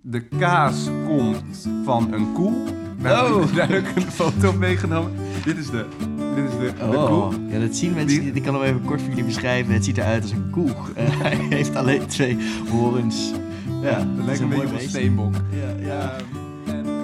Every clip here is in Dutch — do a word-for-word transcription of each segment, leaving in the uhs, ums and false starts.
De kaas komt van een koe. Daar Oh. heb ik duidelijk een foto op meegenomen. Dit is de, dit is de, de Oh, koe. ja, dat zien mensen. Die- Ik kan hem even kort voor jullie beschrijven. Het ziet eruit als een koe. Uh, hij heeft alleen twee horens. Ja, Ja, dat dat is lijkt een beetje op een beest. steenbok. Ja, ja. Ehm, en,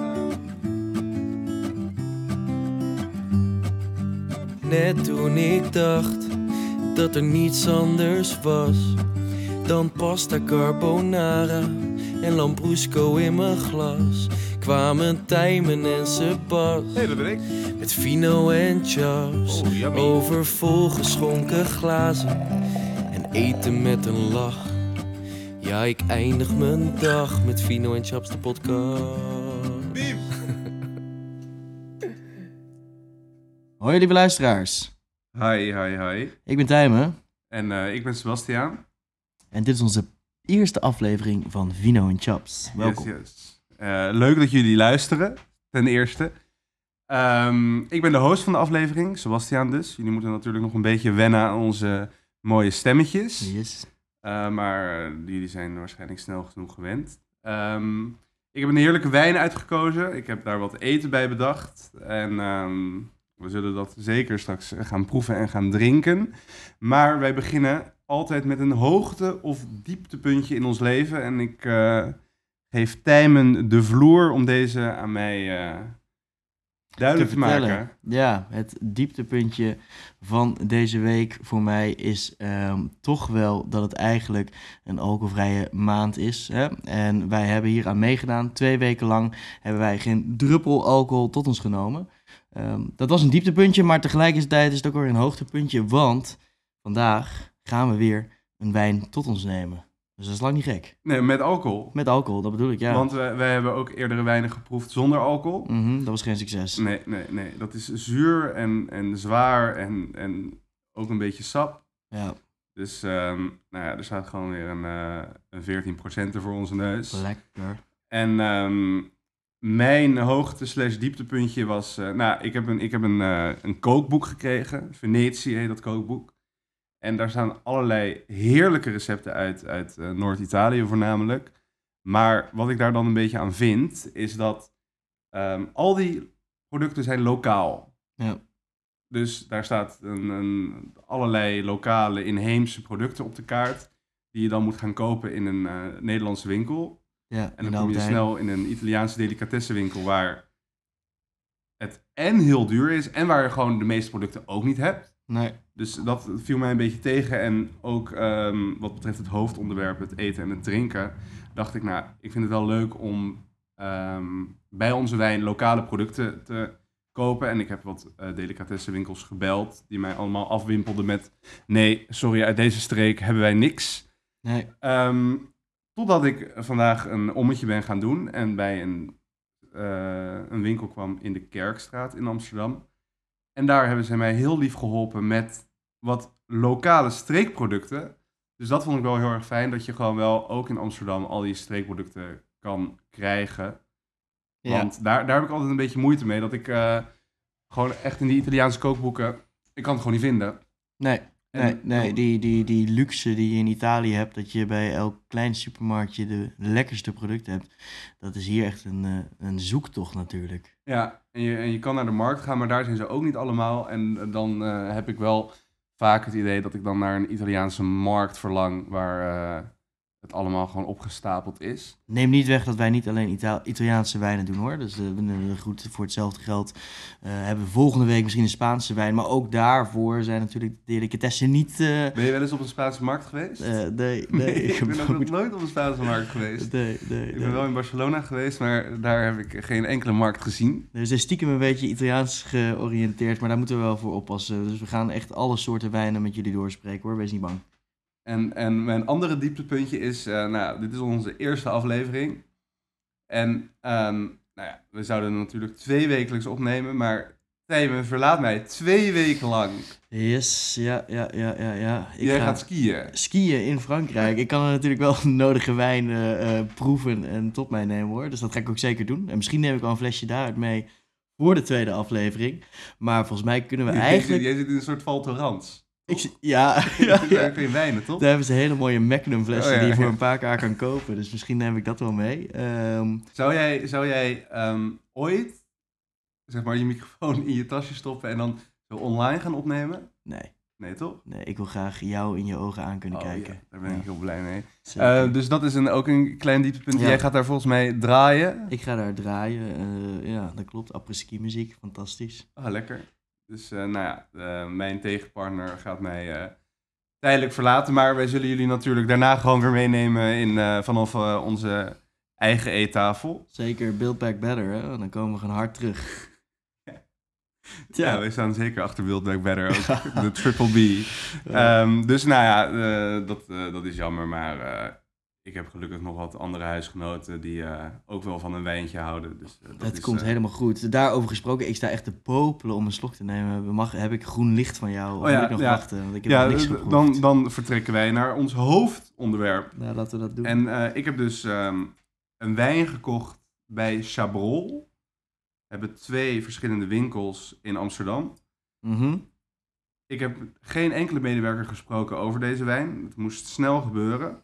ehm, Net toen ik dacht dat er niets anders was dan pasta carbonara en lambrusco in mijn glas, kwamen Tijmen en Sebas hey, dat ben ik. met vino en chaps Oh, yummy. over volgeschonken glazen en eten met een lach. Ja, ik eindig mijn dag met vino en chaps, de podcast. Biem. Hoi lieve luisteraars. Hi, hi, hi. Ik ben Tijmen. En uh, ik ben Sebastiaan. En dit is onze eerste aflevering van Vino en Chaps. Welkom. Yes, yes. Uh, leuk dat jullie luisteren, ten eerste. Um, ik ben de host van de aflevering, Sebastiaan dus. Jullie moeten natuurlijk nog een beetje wennen aan onze mooie stemmetjes. Yes. Uh, maar uh, jullie zijn waarschijnlijk snel genoeg gewend. Um, ik heb een heerlijke wijn uitgekozen. Ik heb daar wat eten bij bedacht. En um, we zullen dat zeker straks gaan proeven en gaan drinken. Maar wij beginnen altijd met een hoogte- of dieptepuntje in ons leven. En ik uh, geef Tijmen de vloer om deze aan mij uh, duidelijk te, te maken. Ja, het dieptepuntje van deze week voor mij is um, toch wel dat het eigenlijk een alcoholvrije maand is. Hè? En wij hebben hier aan meegedaan. Twee weken lang hebben wij geen druppel alcohol tot ons genomen. Um, dat was een dieptepuntje, maar tegelijkertijd is het ook weer een hoogtepuntje. Want vandaag gaan we weer een wijn tot ons nemen. Dus dat is lang niet gek. Nee, met alcohol. Met alcohol, dat bedoel ik, ja. Want wij, wij hebben ook eerdere wijnen geproefd zonder alcohol. Mm-hmm, dat was geen succes. Nee, nee, nee. Dat is zuur en, en zwaar en, en ook een beetje sap. Ja. Dus um, nou ja, er staat gewoon weer een, uh, een veertien procent voor onze neus. Lekker. En um, mijn hoogte slash dieptepuntje was... Uh, nou, ik heb een, ik heb een, uh, een kookboek gekregen. Venetië heet dat kookboek. En daar staan allerlei heerlijke recepten uit, uit uh, Noord-Italië voornamelijk. Maar wat ik daar dan een beetje aan vind, is dat um, al die producten zijn lokaal. Ja. Dus daar staat een, een, allerlei lokale inheemse producten op de kaart, die je dan moet gaan kopen in een uh, Nederlandse winkel. Ja, en dan kom je snel in een Italiaanse delicatessenwinkel waar het en heel duur is en waar je gewoon de meeste producten ook niet hebt. Nee. Dus dat viel mij een beetje tegen. En ook um, wat betreft het hoofdonderwerp, het eten en het drinken, dacht ik, nou, ik vind het wel leuk om um, bij onze wijn lokale producten te kopen. En ik heb wat uh, delicatessenwinkels gebeld die mij allemaal afwimpelden met, nee, sorry, uit deze streek hebben wij niks. Nee. Um, totdat ik vandaag een ommetje ben gaan doen en bij een, uh, een winkel kwam in de Kerkstraat in Amsterdam. En daar hebben ze mij heel lief geholpen met wat lokale streekproducten. Dus dat vond ik wel heel erg fijn, dat je gewoon wel ook in Amsterdam al die streekproducten kan krijgen. Ja. Want daar, daar heb ik altijd een beetje moeite mee, dat ik uh, gewoon echt in die Italiaanse kookboeken, ik kan het gewoon niet vinden. Nee, En, nee, nee. Die, die, die luxe die je in Italië hebt, dat je bij elk klein supermarktje de lekkerste producten hebt, dat is hier echt een, uh, een zoektocht natuurlijk. Ja, en je, en je kan naar de markt gaan, maar daar zijn ze ook niet allemaal. En dan uh, heb ik wel vaak het idee dat ik dan naar een Italiaanse markt verlang, waar uh, het allemaal gewoon opgestapeld is. Neem niet weg dat wij niet alleen Ita- Italiaanse wijnen doen hoor. Dus uh, we, goed, voor hetzelfde geld uh, hebben we volgende week misschien een Spaanse wijn. Maar ook daarvoor zijn natuurlijk de delicatessen niet... Uh, ben je wel eens op een Spaanse markt geweest? Uh, nee, nee. nee, ik ben ook nog nooit op een Spaanse markt geweest. Nee, nee, ik ben nee. wel in Barcelona geweest, maar daar heb ik geen enkele markt gezien. Dus is stiekem een beetje Italiaans georiënteerd, maar daar moeten we wel voor oppassen. Dus we gaan echt alle soorten wijnen met jullie doorspreken hoor, wees niet bang. En, en mijn andere dieptepuntje is, uh, nou, dit is onze eerste aflevering. En um, nou ja, we zouden natuurlijk twee wekelijks opnemen, maar Tijmen verlaat mij twee weken lang. Yes, ja, ja, ja, ja. ja. Ik Jij ga gaat skiën. Skiën in Frankrijk. Ik kan er natuurlijk wel de nodige wijn uh, proeven en tot mij nemen hoor. Dus dat ga ik ook zeker doen. En misschien neem ik wel een flesje daaruit mee voor de tweede aflevering. Maar volgens mij kunnen we Jij eigenlijk... zit, jij zit in een soort Val Thorens. Ik, zie- ja, ja, Daar ja. kun je wijnen, toch? Daar hebben ze hele mooie Magnum flessen Oh, ja, die je voor ja. een paar kaar kan kopen. Dus misschien neem ik dat wel mee. Ehm, Zou jij, zou jij ehm, ooit, zeg maar, je microfoon in je tasje stoppen en dan zo online gaan opnemen? nee, Nee, toch? nee, ik wil graag jou in je ogen aan kunnen Oh, kijken. ja, daar ben Ja, ik heel blij mee. zeker. Eh, dus dat is een, ook een klein dieptepunt. Ja. Jij gaat daar volgens mij draaien. Ik ga daar draaien. eh, ja, dat klopt. Après-ski muziek, fantastisch. Ah, lekker. Dus, eh, nou ja, eh, mijn tegenpartner gaat mij eh, tijdelijk verlaten. Maar wij zullen jullie natuurlijk daarna gewoon weer meenemen in, eh, vanaf eh, onze eigen eettafel. Zeker Build Back Better, hè? Dan komen we gewoon hard terug. Ja, Ja. wij staan zeker achter Build Back Better ook. De Triple B. Ehm, dus nou ja, eh, dat, eh, dat is jammer. Maar eh, ik heb gelukkig nog wat andere huisgenoten die eh, ook wel van een wijntje houden. Dus, eh, dat Het is, komt eh, helemaal goed. Daarover gesproken, ik sta echt te popelen om een slok te nemen. Mag, heb ik groen licht van jou? Of Oh ja, moet ik nog ja. wachten? Want ik heb Ja, nog niks d- geproefd. dan, dan vertrekken wij naar ons hoofdonderwerp. Nou, laten we dat doen. En eh, ik heb dus ehm, een wijn gekocht bij Chabrol. We hebben twee verschillende winkels in Amsterdam. Mhm. Ik heb geen enkele medewerker gesproken over deze wijn. Het moest snel gebeuren.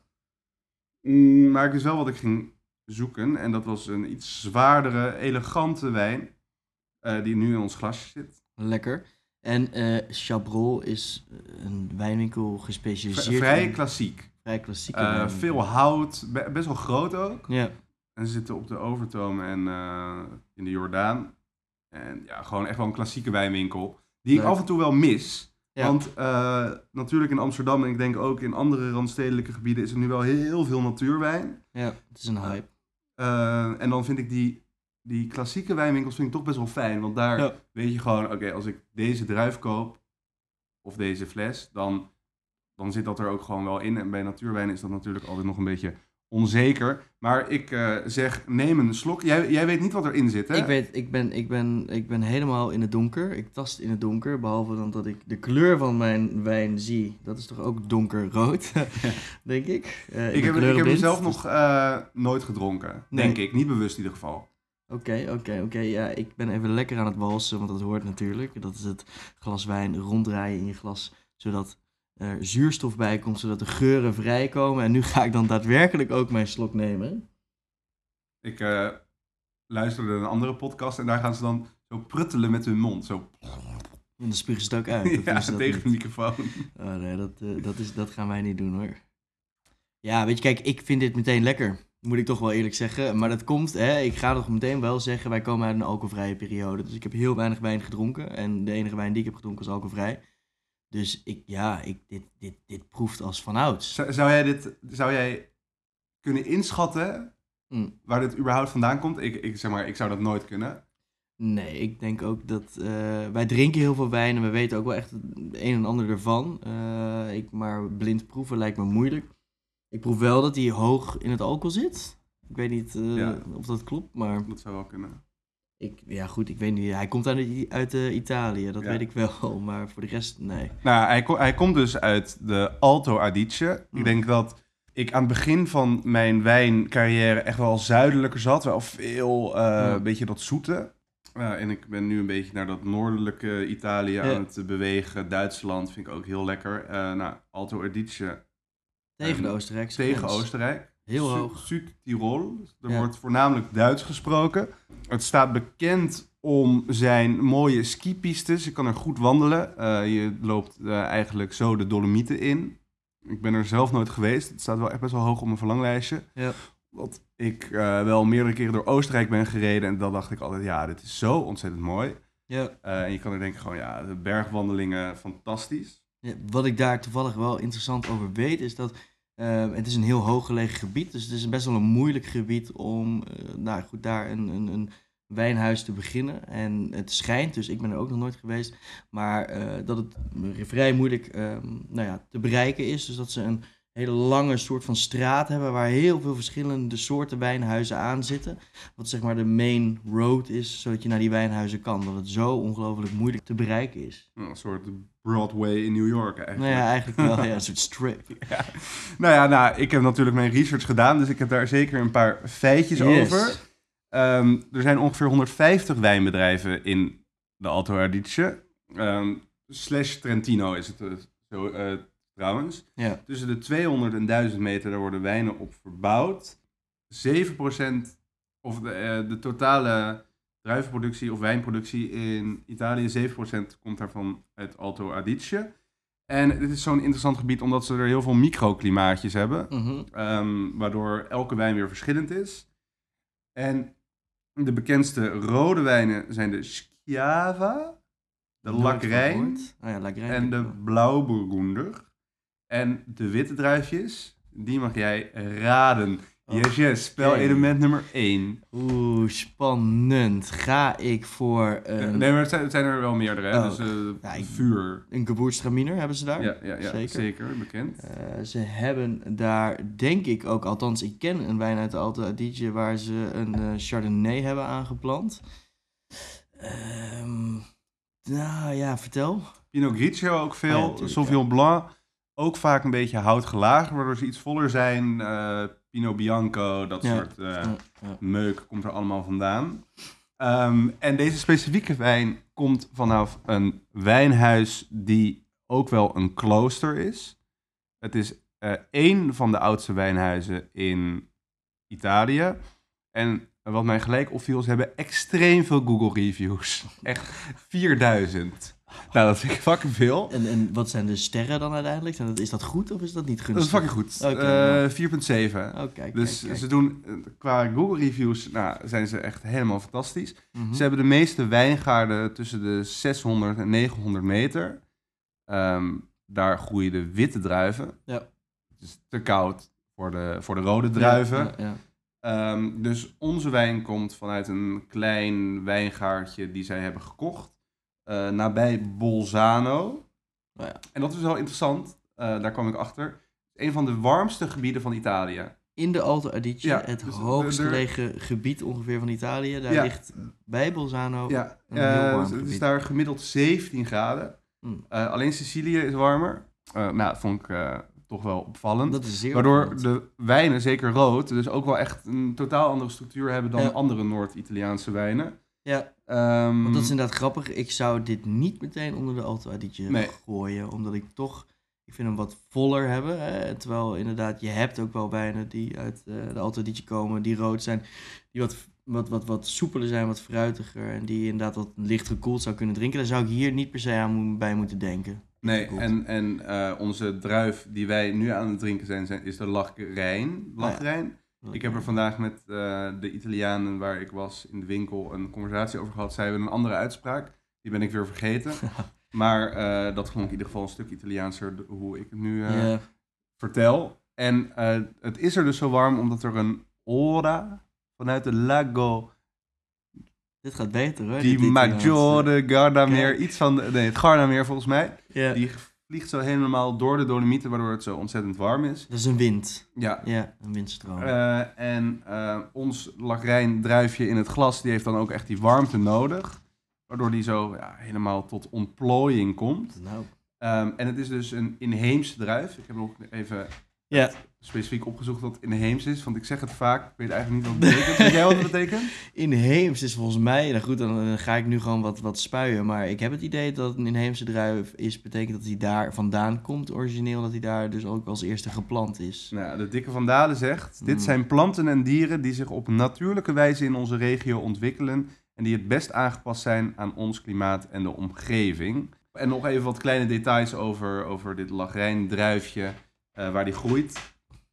Mm, maar ik wist wel wat ik ging zoeken. En dat was een iets zwaardere, elegante wijn. eh, die nu in ons glasje zit. Lekker. En eh Chabrol is een wijnwinkel V- gespecialiseerd vrij in klassiek. vrij klassieke Eh, wijnwinkel. veel hout, be- best wel groot ook. Ja, En ze zitten op de Overtoom en eh, in de Jordaan. En ja, gewoon echt wel een klassieke wijnwinkel. Die ik Leuk. af en toe wel mis. Ja. Want eh, natuurlijk in Amsterdam en ik denk ook in andere randstedelijke gebieden is er nu wel heel veel natuurwijn. ja, het is een hype. Eh, en dan vind ik die, die klassieke wijnwinkels vind ik toch best wel fijn. Want daar Ja. weet je gewoon, oké, als ik deze druif koop of deze fles, dan, dan zit dat er ook gewoon wel in. En bij natuurwijn is dat natuurlijk altijd nog een beetje onzeker. Maar ik eh, zeg, neem een slok. Jij, jij weet niet wat erin zit, hè? Ik weet, ik ben, ik, ben, ik ben helemaal in het donker. Ik tast in het donker, behalve dan dat ik de kleur van mijn wijn zie. Dat is toch ook donkerrood, denk ik. Eh, Ik ben heb, ik heb hem kleurenblind, zelf dus- nog eh, nooit gedronken. Nee. Denk ik. Niet bewust in ieder geval. Oké, oké, oké. Ja, ik ben even lekker aan het walsen, want dat hoort natuurlijk. Dat is het glas wijn ronddraaien in je glas, zodat er zuurstof bij komt, zodat de geuren vrijkomen. En nu ga ik dan daadwerkelijk ook mijn slok nemen. Ik eh, luisterde een andere podcast en daar gaan ze dan zo pruttelen met hun mond. Zo En dan spugen ze het ook uit. Of ja, doen ze dat tegen niet? de microfoon. Oh nee, dat, eh, dat, is, dat gaan wij niet doen hoor. Ja, weet je, kijk, ik vind dit meteen lekker. Moet ik toch wel eerlijk zeggen. Maar dat komt, hè, ik ga nog meteen wel zeggen, wij komen uit een alcoholvrije periode. Dus ik heb heel weinig wijn gedronken. En de enige wijn die ik heb gedronken is alcoholvrij. Dus ik, ja, ik, dit, dit, dit proeft als vanouds. Zou, zou jij dit, zou jij kunnen inschatten Mm. waar dit überhaupt vandaan komt? Ik, ik zeg maar, ik zou dat nooit kunnen. Nee, ik denk ook dat... eh, wij drinken heel veel wijn en we weten ook wel echt het een en ander ervan. Eh, ik, maar blind proeven lijkt me moeilijk. Ik proef wel dat hij hoog in het alcohol zit. Ik weet niet eh, Ja. of dat klopt, maar... Dat zou wel kunnen. Ik, ja goed, ik weet niet. Hij komt uit, uit eh, Italië, dat Ja. weet ik wel. Maar voor de rest, nee. Nou, hij, ko- hij komt dus uit de Alto Adige. Mm. Ik denk dat ik aan het begin van mijn wijncarrière echt wel zuidelijker zat. Wel veel, eh, Mm. een beetje dat zoete. Uh, en ik ben nu een beetje naar dat noordelijke Italië Ja. aan het bewegen. Duitsland vind ik ook heel lekker. Uh, nou, Alto Adige Tegen de En Oostenrijkse tegen grens. Oostenrijk. Heel Zu- hoog. Zuid-Tirol. Er Ja. wordt voornamelijk Duits gesproken. Het staat bekend om zijn mooie skipistes. Je kan er goed wandelen. Uh, je loopt uh, eigenlijk zo de Dolomieten in. Ik ben er zelf nooit geweest. Het staat wel echt best wel hoog op mijn verlanglijstje. Ja. Want ik uh, wel meerdere keren door Oostenrijk ben gereden. En dan dacht ik altijd, ja, dit is zo ontzettend mooi. Ja. Uh, en je kan er denken gewoon, ja, de bergwandelingen, fantastisch. Ja, wat ik daar toevallig wel interessant over weet, is dat uh, het is een heel hooggelegen gebied. Dus het is best wel een moeilijk gebied om uh, nou goed, daar een, een, een wijnhuis te beginnen. En het schijnt, dus ik ben er ook nog nooit geweest, maar uh, dat het vrij moeilijk uh, nou ja, te bereiken is. Dus dat ze een hele lange soort van straat hebben waar heel veel verschillende soorten wijnhuizen aan zitten. Wat zeg maar de main road is, zodat je naar die wijnhuizen kan. Dat het zo ongelooflijk moeilijk te bereiken is. Een soort Broadway in New York eigenlijk. Nou ja, eigenlijk wel. Ja, een soort strip. Ja. Nou ja, nou, ik heb natuurlijk mijn research gedaan, dus ik heb daar zeker een paar feitjes Yes. over. Um, er zijn ongeveer honderdvijftig wijnbedrijven in de Alto Adige. Um, slash Trentino is het uh, Zo, uh, trouwens. Ja. Tussen de tweehonderd en duizend meter, daar worden wijnen op verbouwd. zeven procent, of de, uh, de totale druivenproductie of wijnproductie in Italië, zeven procent komt daarvan uit Alto Adige. En dit is zo'n interessant gebied omdat ze er heel veel microklimaatjes hebben. Mm-hmm. Um, waardoor elke wijn weer verschillend is. En de bekendste rode wijnen zijn de Schiava, de Lagrijn oh ja, Lagrijn en de Blauwburgunder. En de witte druifjes, die mag jij raden. Oh, yes, yes, spelelement nummer één. Oeh, spannend. Ga ik voor een... Nee, maar het zijn, het zijn er wel meerdere, hè? Oh. Dus uh, Ja, ik- vuur. Een Gewürztraminer hebben ze daar. Ja, ja, ja Zeker. zeker. bekend. Uh, ze hebben daar, denk ik ook, althans ik ken een wijn uit de Alto Adige waar ze een uh, Chardonnay hebben aangeplant. Um, nou ja, vertel. Pinot Grigio ook veel. Ah ja, tuurlijk, Sauvignon Blanc ook vaak een beetje houtgelagen, waardoor ze iets voller zijn. Uh, Pinot Bianco, dat Ja. soort uh, Ja, ja. meuk komt er allemaal vandaan. Um, en deze specifieke wijn komt vanaf een wijnhuis die ook wel een klooster is. Het is uh, één van de oudste wijnhuizen in Italië. En wat mij gelijk opviel, ze hebben extreem veel Google reviews. Echt vierduizend. Nou, dat vind ik fucking veel. En, en wat zijn de sterren dan uiteindelijk? Zijn dat- Is dat goed of is dat niet Dat gunstig? is fucking goed. Oké, Okay, ja. vier komma zeven. Oh, kijk, Dus kijk, kijk. ze doen, uh, qua Google reviews, nou, zijn ze echt helemaal fantastisch. Mhm. Ze hebben de meeste wijngaarden tussen de zeshonderd en negenhonderd meter. Um, daar groeien de witte druiven. Ja. Het is te koud voor de, voor de rode druiven. Ja, ja, ja. Um, dus onze wijn komt vanuit een klein wijngaardje die zij hebben gekocht. Uh, nabij Bolzano. Oh ja. En dat is wel interessant. Uh, daar kwam ik achter. Het is een van de warmste gebieden van Italië. In de Alto Adige, Ja, het dus hoogst er- gelegen gebied ongeveer van Italië. Daar Ja. ligt bij Bolzano Ja, een heel uh, warm het is gebied. daar gemiddeld zeventien graden. Mm. Uh, alleen Sicilië is warmer. Uh, nou, dat vond ik uh, toch wel opvallend. Dat is zeer Waardoor opvallend. de wijnen, zeker rood, dus ook wel echt een totaal andere structuur hebben dan Ja. andere Noord-Italiaanse wijnen. Ja, Um, want dat is inderdaad grappig. Ik zou dit niet meteen onder de Alto Adige Nee. gooien, omdat ik toch... Ik vind hem wat voller hebben. Hè? Terwijl inderdaad, je hebt ook wel wijnen die uit uh, de Alto Adige komen, die rood zijn. Die wat, wat, wat, wat soepeler zijn, wat fruitiger. En die je inderdaad wat licht gekoeld zou kunnen drinken. Daar zou ik hier niet per se aan mo- bij moeten denken. Nee, Goed. en, en uh, onze druif die wij nu aan het drinken zijn, zijn is de Lagrijn. Lagrijn. Ik heb er vandaag met uh, de Italianen waar ik was in de winkel een conversatie over gehad. Zij hebben een andere uitspraak. Die ben ik weer vergeten. Maar uh, dat vond ik in ieder geval een stuk Italiaanser d- hoe ik het nu uh, Ja. vertel. En uh, het is er dus zo warm omdat er een ora vanuit de Lago Dit gaat beter hoor. di dit Maggiore Gardameer, Kijk. iets van, de- nee, het Gardameer volgens mij. Ja. Die vliegt zo helemaal door de Dolomieten, waardoor het zo ontzettend warm is. Dat is een wind. Ja. Ja, een windstroom. Uh, en uh, ons Lagrijn druifje in het glas, die heeft dan ook echt die warmte nodig. Waardoor die zo ja, helemaal tot ontplooiing komt. nou. Um, en het is dus een inheemse druif. Ik heb nog even Ja. specifiek opgezocht wat inheems is. Want ik zeg het vaak, ik weet eigenlijk niet wat het betekent. Weet jij wat het betekent? Inheems is volgens mij, nou goed, dan, dan ga ik nu gewoon wat, wat spuien. Maar ik heb het idee dat het een inheemse druif is, betekent dat hij daar vandaan komt, origineel. Dat hij daar dus ook als eerste geplant is. Nou, de Dikke van Dalen zegt... Dit Mm. zijn planten en dieren die zich op natuurlijke wijze in onze regio ontwikkelen... en die het best aangepast zijn aan ons klimaat en de omgeving. En nog even wat kleine details over, over dit Lagrijn-druifje, uh, waar die groeit.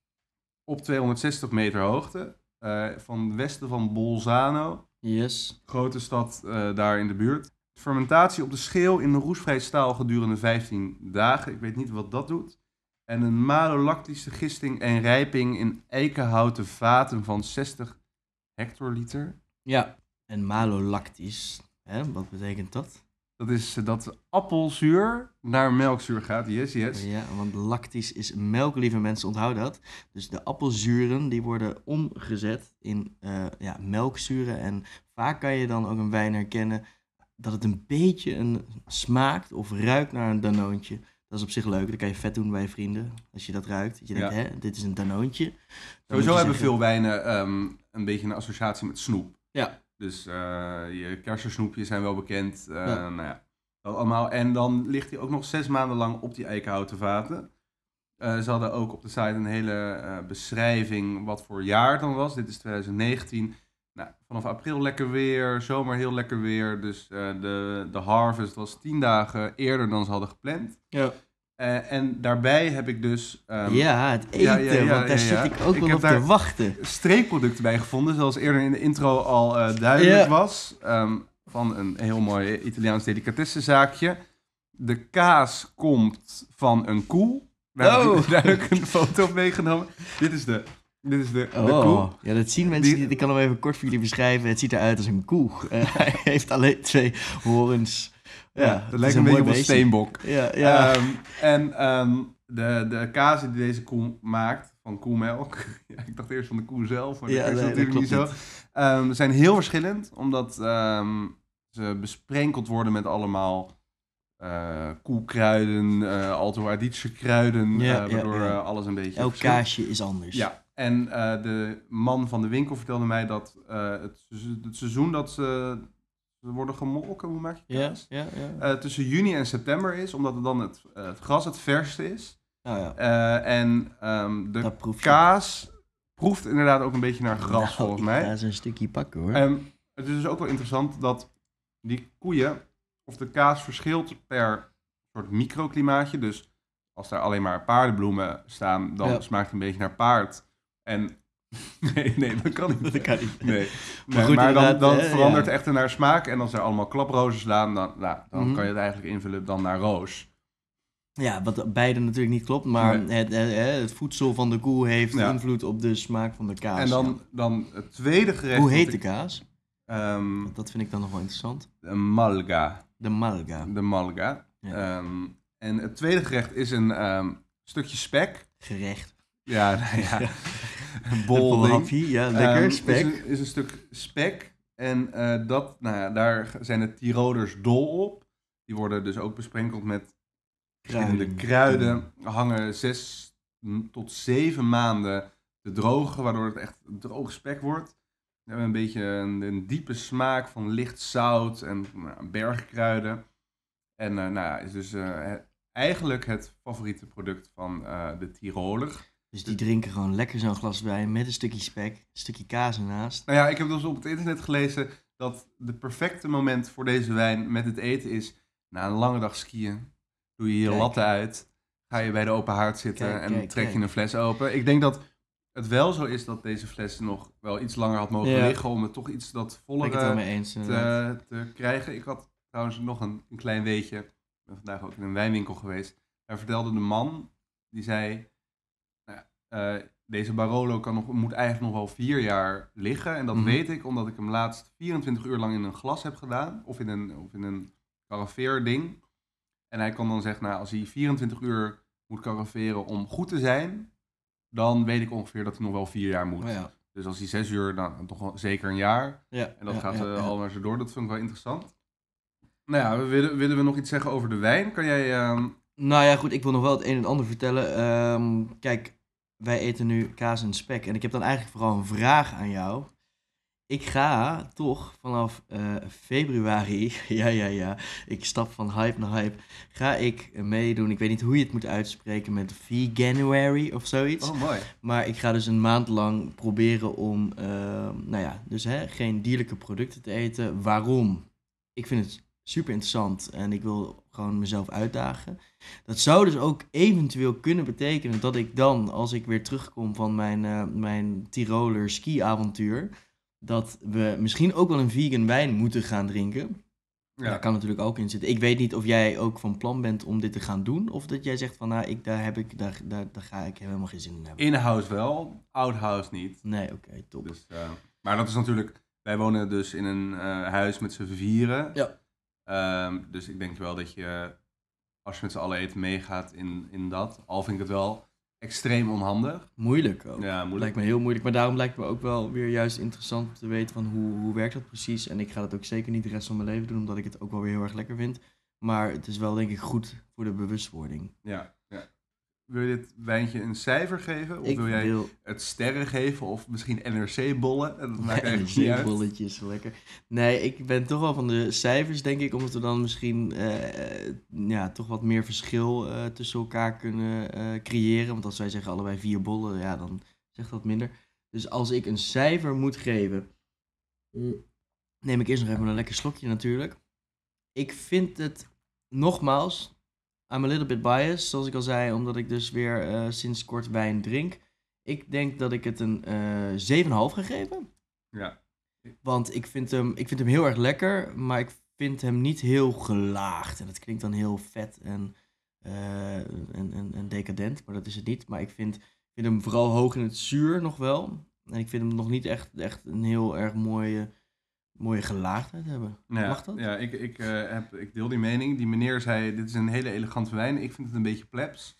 Op tweehonderdzestig meter hoogte, uh, van westen van Bolzano, Yes. grote stad uh, daar in de buurt. Fermentatie op de schil in roestvrij staal gedurende vijftien dagen. Ik weet niet wat dat doet. En een malolactische gisting en rijping in eikenhouten vaten van zestig hectoliter. Ja. En malolactisch. Hè? Wat betekent dat? Dat is uh, dat appelzuur naar melkzuur gaat. Yes, yes. Ja, want lactisch is melk, lieve mensen, onthoud dat. Dus de appelzuren die worden omgezet in uh, ja, melkzuren. En vaak kan je dan ook een wijn herkennen dat het een beetje een smaakt of ruikt naar een danoontje. Dat is op zich leuk, dan kan je vet doen bij je vrienden als je dat ruikt. Dat je denkt, Ja. hè, dit is een danoontje. Dan moet Sowieso je hebben zeggen- veel wijnen um, een beetje een associatie met snoep. Ja. Dus uh, je kersensnoepjes zijn wel bekend. Uh, Ja. Nou ja. Dat allemaal. En dan ligt hij ook nog zes maanden lang op die eikenhouten vaten. Uh, ze hadden ook op de site een hele uh, beschrijving wat voor jaar het dan was. Dit is twintig negentien. Nou, vanaf april lekker weer, zomer heel lekker weer. Dus uh, de, de harvest was tien dagen eerder dan ze hadden gepland. Ja. Uh, en daarbij heb ik dus... Um, ja, het eten, ja, ja, ja, want daar ja, ja. zit ik ook ik wel op te wachten. Streekproducten bij gevonden, zoals eerder in de intro al uh, duidelijk ja. was. Um, van een heel mooi Italiaans delicatessenzaakje. De kaas komt van een koe. Daar, oh. heb ik, daar heb ik een foto op meegenomen. Dit is de, dit is de, oh. de koe. Ja, dat zien mensen Die, niet. Ik kan hem even kort voor jullie beschrijven. Het ziet eruit als een koe. Uh, hij heeft alleen twee horens. Ja, ja, dat lijkt een, een beetje op een steenbok. Ja, ja. Um, en um, de, de kaas die deze koe maakt, van koemelk. Ja, ik dacht eerst van de koe zelf, maar ja, dat is nee, natuurlijk dat niet zo. niet. Um, zijn heel verschillend, omdat um, ze besprenkeld worden met allemaal uh, koekruiden, uh, Alto Adige kruiden, ja, uh, waardoor ja, ja. uh, alles een beetje Elk verschilt. kaasje is anders. Ja, en uh, de man van de winkel vertelde mij dat uh, het, het seizoen dat ze, ze worden gemolken, hoe maak je kaas? Ja, ja, ja. Uh, tussen juni en september is, omdat het dan het, uh, het gras het verste is. Oh, ja. Uh, en um, de proef kaas proeft inderdaad ook een beetje naar gras, nou, volgens ik mij. ga eens een stukje pakken, hoor. Um, het is dus ook wel interessant dat die koeien, of de kaas verschilt per soort microklimaatje. Dus als daar alleen maar paardenbloemen staan, dan ja. smaakt het een beetje naar paard. En nee, nee, dat kan niet. Dat kan niet. Nee. Maar, nee, goed, maar dan, dan eh, verandert ja. het echt naar smaak. En als er allemaal klaprozen staan, dan, nou, dan Mm-hmm. kan je het eigenlijk invullen dan naar roos. Ja, wat beide natuurlijk niet klopt, maar Nee. het, het, het voedsel van de koe heeft Ja. invloed op de smaak van de kaas. En dan, ja. dan het tweede gerecht... Hoe heet wat de ik- kaas? Um, Dat vind ik dan nog wel interessant. de malga. De malga. De malga. Ja. Um, en het tweede gerecht is een um, stukje spek. Gerecht. Ja, nou ja. Een Een bol ding. happy, ja, lekker, Um, spek. Is een, is een stuk spek. En uh, dat, nou ja, daar zijn de Tirolers dol op. Die worden dus ook besprenkeld met verschillende kruiden. Hangen zes tot zeven maanden te drogen, waardoor het echt droog spek wordt. We hebben een beetje een, een diepe smaak van licht zout en nou, bergkruiden. En uh, nou ja, is dus uh, het, eigenlijk het favoriete product van uh, de Tiroler. Dus die drinken gewoon lekker zo'n glas wijn met een stukje spek, een stukje kaas ernaast. Nou ja, ik heb dus op het internet gelezen dat het perfecte moment voor deze wijn met het eten is na een lange dag skiën. Doe je je Kijk. latten uit, ga je bij de open haard zitten Kijk, en kijk, trek kijk. je een fles open. Ik denk dat het wel zo is dat deze fles nog wel iets langer had mogen Ja. liggen om het toch iets dat Ben ik voller het wel uh, mee eens. inderdaad. te, te krijgen. Ik had trouwens nog een, een klein weetje. Ik ben vandaag ook in een wijnwinkel geweest. Daar vertelde de man, die zei, nou ja, uh, deze Barolo kan nog, moet eigenlijk nog wel vier jaar liggen. En dat Mhm. weet ik omdat ik hem laatst vierentwintig uur lang in een glas heb gedaan. Of in een, of in een carafeerding. En hij kan dan zeggen, nou, als hij vierentwintig uur moet caraferen om goed te zijn, dan weet ik ongeveer dat hij nog wel vier jaar moet. Oh ja. Dus als hij zes uur, dan toch wel zeker een jaar. Ja, En dat ja, gaat ja, uh, ja. al maar zo door. Dat vind ik wel interessant. Nou ja, willen, willen we nog iets zeggen over de wijn? Kan jij... Uh... Nou ja, goed, ik wil nog wel het een en ander vertellen. Um, kijk, wij eten nu kaas en spek. En ik heb dan eigenlijk vooral een vraag aan jou. Ik ga toch vanaf uh, februari, ja, ja, ja, ik stap van hype naar hype, ga ik meedoen. Ik weet niet hoe je het moet uitspreken met Veganuary of zoiets. Oh, mooi. Maar ik ga dus een maand lang proberen om, uh, nou ja, dus hè, geen dierlijke producten te eten. Waarom? Ik vind het super interessant en ik wil gewoon mezelf uitdagen. Dat zou dus ook eventueel kunnen betekenen dat ik dan, als ik weer terugkom van mijn, uh, mijn Tiroler ski-avontuur, dat we misschien ook wel een vegan wijn moeten gaan drinken. Ja. Daar kan natuurlijk ook in zitten. Ik weet niet of jij ook van plan bent om dit te gaan doen, of dat jij zegt van, nou, ik, daar, heb ik, daar, daar, daar ga ik helemaal geen zin in hebben. In-house wel, out-house niet. Nee, oké, okay, top. Dus, uh, maar dat is natuurlijk... Wij wonen dus in een uh, huis met z'n vieren. Ja. Um, dus ik denk wel dat je, als je met z'n allen eten, meegaat in, in dat. Al vind ik het wel extreem onhandig. Moeilijk ook. Ja, moeilijk. Lijkt me heel moeilijk, maar daarom lijkt me ook wel weer juist interessant om te weten van hoe, hoe werkt dat precies. En ik ga dat ook zeker niet de rest van mijn leven doen, omdat ik het ook wel weer heel erg lekker vind. Maar het is wel denk ik goed voor de bewustwording. Ja, ja. wil je dit wijntje een cijfer geven? Of Ik wil jij wil het sterren geven? Of misschien N R C-bollen? Dat maakt eigenlijk niet uit. bolletjes, lekker. Nee, ik ben toch wel van de cijfers, denk ik, omdat we dan misschien uh, ja, toch wat meer verschil uh, tussen elkaar kunnen uh, creëren. Want als wij zeggen allebei vier bollen, ja, dan zegt dat minder. Dus als ik een cijfer moet geven, neem ik eerst nog even een lekker slokje natuurlijk. Ik vind het, nogmaals, I'm a little bit biased, zoals ik al zei, omdat ik dus weer uh, sinds kort wijn drink. Ik denk dat ik het een uh, zeven komma vijf ga geven. Ja. Want ik vind, hem, ik vind hem heel erg lekker, maar ik vind hem niet heel gelaagd. En dat klinkt dan heel vet en, uh, en, en, en decadent, maar dat is het niet. Maar ik vind, ik vind hem vooral hoog in het zuur nog wel. En ik vind hem nog niet echt, echt een heel erg mooie, mooie gelaagdheid hebben. Ja, Mag dat? Ja, ik, ik, uh, heb, ik deel die mening. Die meneer zei, dit is een hele elegante wijn. Ik vind het een beetje plebs.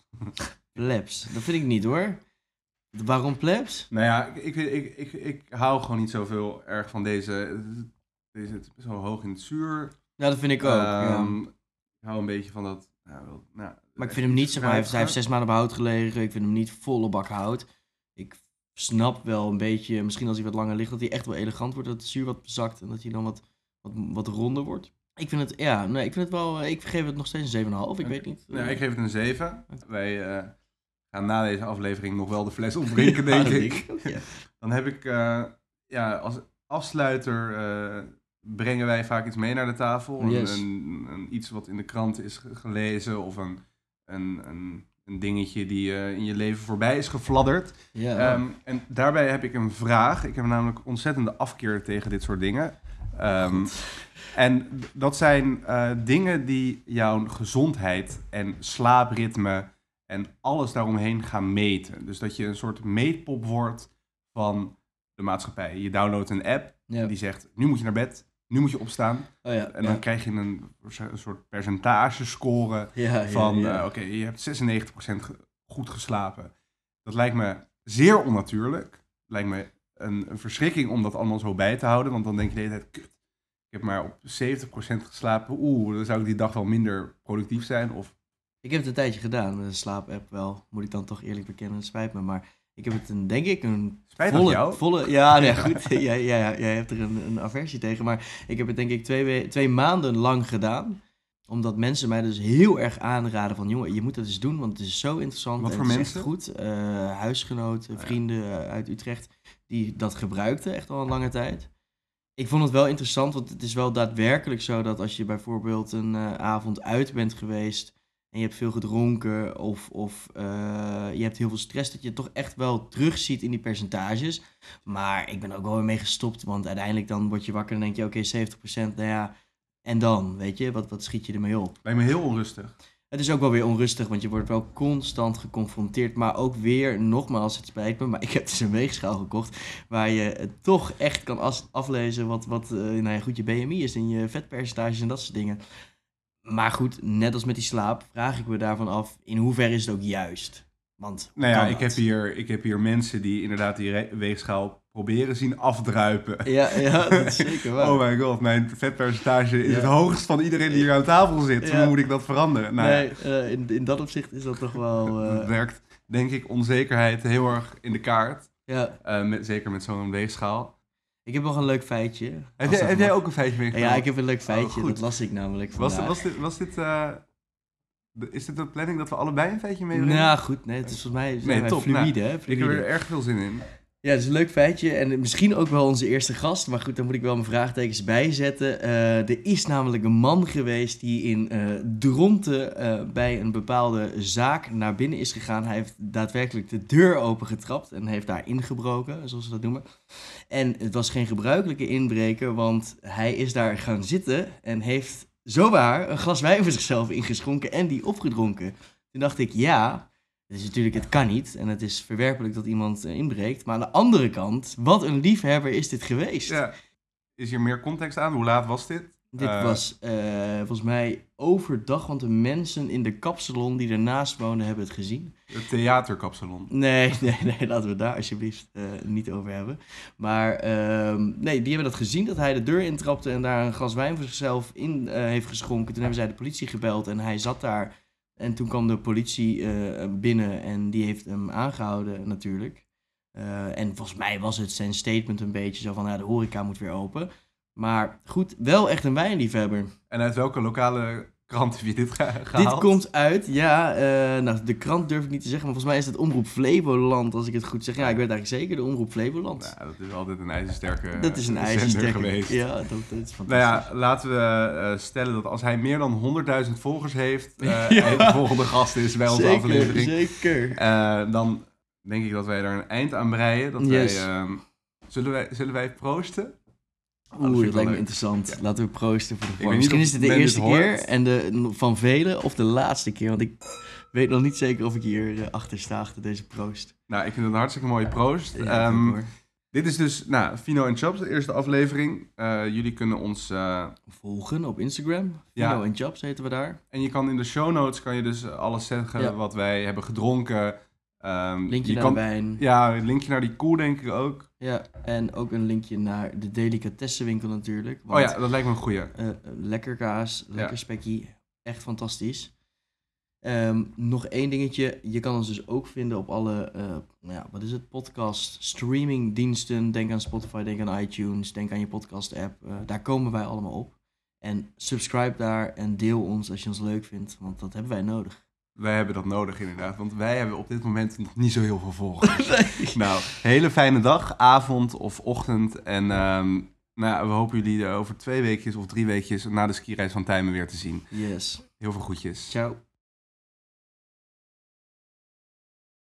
Plebs, dat vind ik niet hoor. Waarom plebs? Nou ja, ik, ik, ik, ik, ik hou gewoon niet zoveel erg van deze. Deze het is best wel hoog in het zuur. Ja, dat vind ik ook. Um, ja. Ik hou een beetje van dat. Nou, wel, nou, maar ik vind hem niet, zeg maar, hij heeft, hij heeft zes maanden op hout gelegen. Ik vind hem niet volle bak hout. Ik snap wel een beetje, misschien als hij wat langer ligt, dat hij echt wel elegant wordt. Dat het zuur wat zakt en dat hij dan wat, wat, wat ronder wordt. Ik vind het, ja, nee, ik vind het wel, ik geef het nog steeds een zeven komma vijf. Ik okay. weet niet. Uh, ja, ik geef het een zeven. Okay. Wij uh, gaan na deze aflevering nog wel de fles opdrinken, denk ja, ik. ik ja. Dan heb ik, uh, ja, als afsluiter uh, brengen wij vaak iets mee naar de tafel. Yes. Een, een, een, iets wat in de krant is gelezen of een, een, een, een dingetje die uh, in je leven voorbij is gefladderd. Ja. Um, en daarbij heb ik een vraag. Ik heb namelijk ontzettende afkeer tegen dit soort dingen. Um, en dat zijn uh, dingen die jouw gezondheid en slaapritme en alles daaromheen gaan meten. Dus dat je een soort meetpop wordt van de maatschappij. Je downloadt een app ja. die zegt, nu moet je naar bed, nu moet je opstaan. Oh ja, en dan ja. krijg je een, een soort percentagescore ja, van, ja, ja. uh, oké, okay, je hebt zesennegentig procent ge- goed geslapen. Dat lijkt me zeer onnatuurlijk. Lijkt me een, een verschrikking om dat allemaal zo bij te houden, want dan denk je de hele tijd, kut, ik heb maar op zeventig procent geslapen. Oeh, dan zou ik die dag wel minder productief zijn. Of... Ik heb het een tijdje gedaan met een slaapapp wel. Moet ik dan toch eerlijk bekennen, het spijt me. Maar ik heb het een, denk ik, een spijt volle... jou? volle ja, nee, goed. ja, ja, ja, jij hebt er een, een aversie tegen. Maar ik heb het denk ik twee, we- twee maanden lang gedaan. Omdat mensen mij dus heel erg aanraden van... jongen, je moet dat eens doen, want het is zo interessant. Wat en voor het mensen? Is echt goed. Uh, huisgenoten, vrienden uh, uit Utrecht die dat gebruikten echt al een lange tijd. Ik vond het wel interessant, want het is wel daadwerkelijk zo dat als je bijvoorbeeld een uh, avond uit bent geweest en je hebt veel gedronken of, of uh, je hebt heel veel stress, dat je het toch echt wel terugziet in die percentages. Maar ik ben ook wel weer mee gestopt, want uiteindelijk dan word je wakker en denk je, oké, okay, zeventig procent, nou ja, en dan, weet je, wat, wat schiet je ermee op? Lijkt me heel onrustig. Het is ook wel weer onrustig, want je wordt wel constant geconfronteerd. Maar ook weer, nogmaals, het spijt me, maar ik heb dus een weegschaal gekocht waar je toch echt kan as- aflezen wat, wat uh, nou ja, goed je B M I is en je vetpercentages en dat soort dingen. Maar goed, net als met die slaap, vraag ik me daarvan af, in hoeverre is het ook juist? Want, nou ja, ik heb, hier, ik heb hier mensen die inderdaad die re- weegschaal proberen zien afdruipen. Ja, ja, dat is zeker waar. Oh my god, mijn vetpercentage is ja. het hoogst van iedereen die hier aan tafel zit. Ja. Hoe moet ik dat veranderen? Nou, nee, uh, in, in dat opzicht is dat toch wel... Uh... Het werkt, denk ik, onzekerheid heel erg in de kaart. Ja. Uh, met, zeker met zo'n weegschaal. Ik heb nog een leuk feitje. Heb, jij, heb jij ook een feitje meegenomen? Ja, ik heb een leuk feitje. Oh, dat las ik namelijk vandaag. Was, was dit... Was dit uh, de, is dit de planning dat we allebei een feitje meebrengen? Nou goed, nee, het is volgens mij zijn nee, wij top. fluïde. Nou, hè, fluïde. Ik heb er erg veel zin in. Ja, het is een leuk feitje en misschien ook wel onze eerste gast. Maar goed, daar moet ik wel mijn vraagtekens bij zetten. Uh, er is namelijk een man geweest die in uh, Dronten uh, bij een bepaalde zaak naar binnen is gegaan. Hij heeft daadwerkelijk de deur opengetrapt en heeft daar ingebroken, zoals ze dat noemen. En het was geen gebruikelijke inbreker, want hij is daar gaan zitten en heeft zowaar een glas wijn voor zichzelf ingeschonken en die opgedronken. Toen dacht ik, ja... Het is natuurlijk, het kan niet en het is verwerpelijk dat iemand uh, inbreekt. Maar aan de andere kant, wat een liefhebber is dit geweest. Ja. Is hier meer context aan? Hoe laat was dit? Dit uh, was uh, volgens mij overdag, want de mensen in de kapsalon die ernaast woonden hebben het gezien. Het theaterkapsalon. Nee, nee, nee, laten we het daar alsjeblieft uh, niet over hebben. Maar uh, nee, die hebben dat gezien, dat hij de deur intrapte en daar een glas wijn voor zichzelf in uh, heeft geschonken. Toen hebben zij de politie gebeld en hij zat daar... En toen kwam de politie uh, binnen en die heeft hem aangehouden natuurlijk. Uh, en volgens mij was het zijn statement een beetje zo van, nou, de horeca moet weer open. Maar goed, wel echt een wijnliefhebber. En uit welke lokale krant heb je dit ge- gehaald? Dit komt uit, ja, uh, nou, de krant durf ik niet te zeggen, maar volgens mij is het Omroep Flevoland, als ik het goed zeg. Ja, ik weet eigenlijk zeker, de Omroep Flevoland. Nou, dat is altijd een ijzersterke Dat is een zender ijzersterke geweest. Ja, dat, dat is fantastisch. Nou ja, laten we uh, stellen dat als hij meer dan honderdduizend volgers heeft, uh, Ja. en de volgende gast is bij onze zeker, aflevering, Zeker, uh, dan denk ik dat wij er een eind aan breien. Dat Yes. wij, uh, zullen, wij, zullen wij proosten? Oeh, vind dat ik wel ligt me leuk. interessant. Ja. Laten we proosten voor de weet vorm. niet Misschien of is het de men eerste dit hoort. keer en de, van velen of de laatste keer. Want ik weet nog niet zeker of ik hier uh, achter sta, achter deze proost. Nou, ik vind het een hartstikke mooie proost. Ja, Um, hoor. dit is dus, nou, Fino en Chops, de eerste aflevering. Uh, jullie kunnen ons... Uh, Volgen op Instagram. Ja. Fino en Chops heten we daar. en je kan in de show notes kan je dus alles zeggen Ja. wat wij hebben gedronken. Um, Linkje je naar kan, de wijn. Ja, een linkje naar die koe denk ik ook. Ja, en ook een linkje naar de delicatessenwinkel natuurlijk. Oh ja, dat lijkt me een goeie. Uh, lekker kaas, lekker Ja. spekkie. Echt fantastisch. Um, nog één dingetje. Je kan ons dus ook vinden op alle, uh, nou ja, wat is het, podcast, streamingdiensten. Denk aan Spotify, denk aan iTunes, denk aan je podcast app. Uh, daar komen wij allemaal op. En subscribe daar en deel ons als je ons leuk vindt, want dat hebben wij nodig. Wij hebben dat nodig inderdaad, want wij hebben op dit moment nog niet zo heel veel volgers. Nee. Nou, hele fijne dag, avond of ochtend. En um, nou, ja, we hopen jullie over twee weekjes of drie weekjes na de skireis van Tijmen weer te zien. Yes. Heel veel groetjes. Ciao.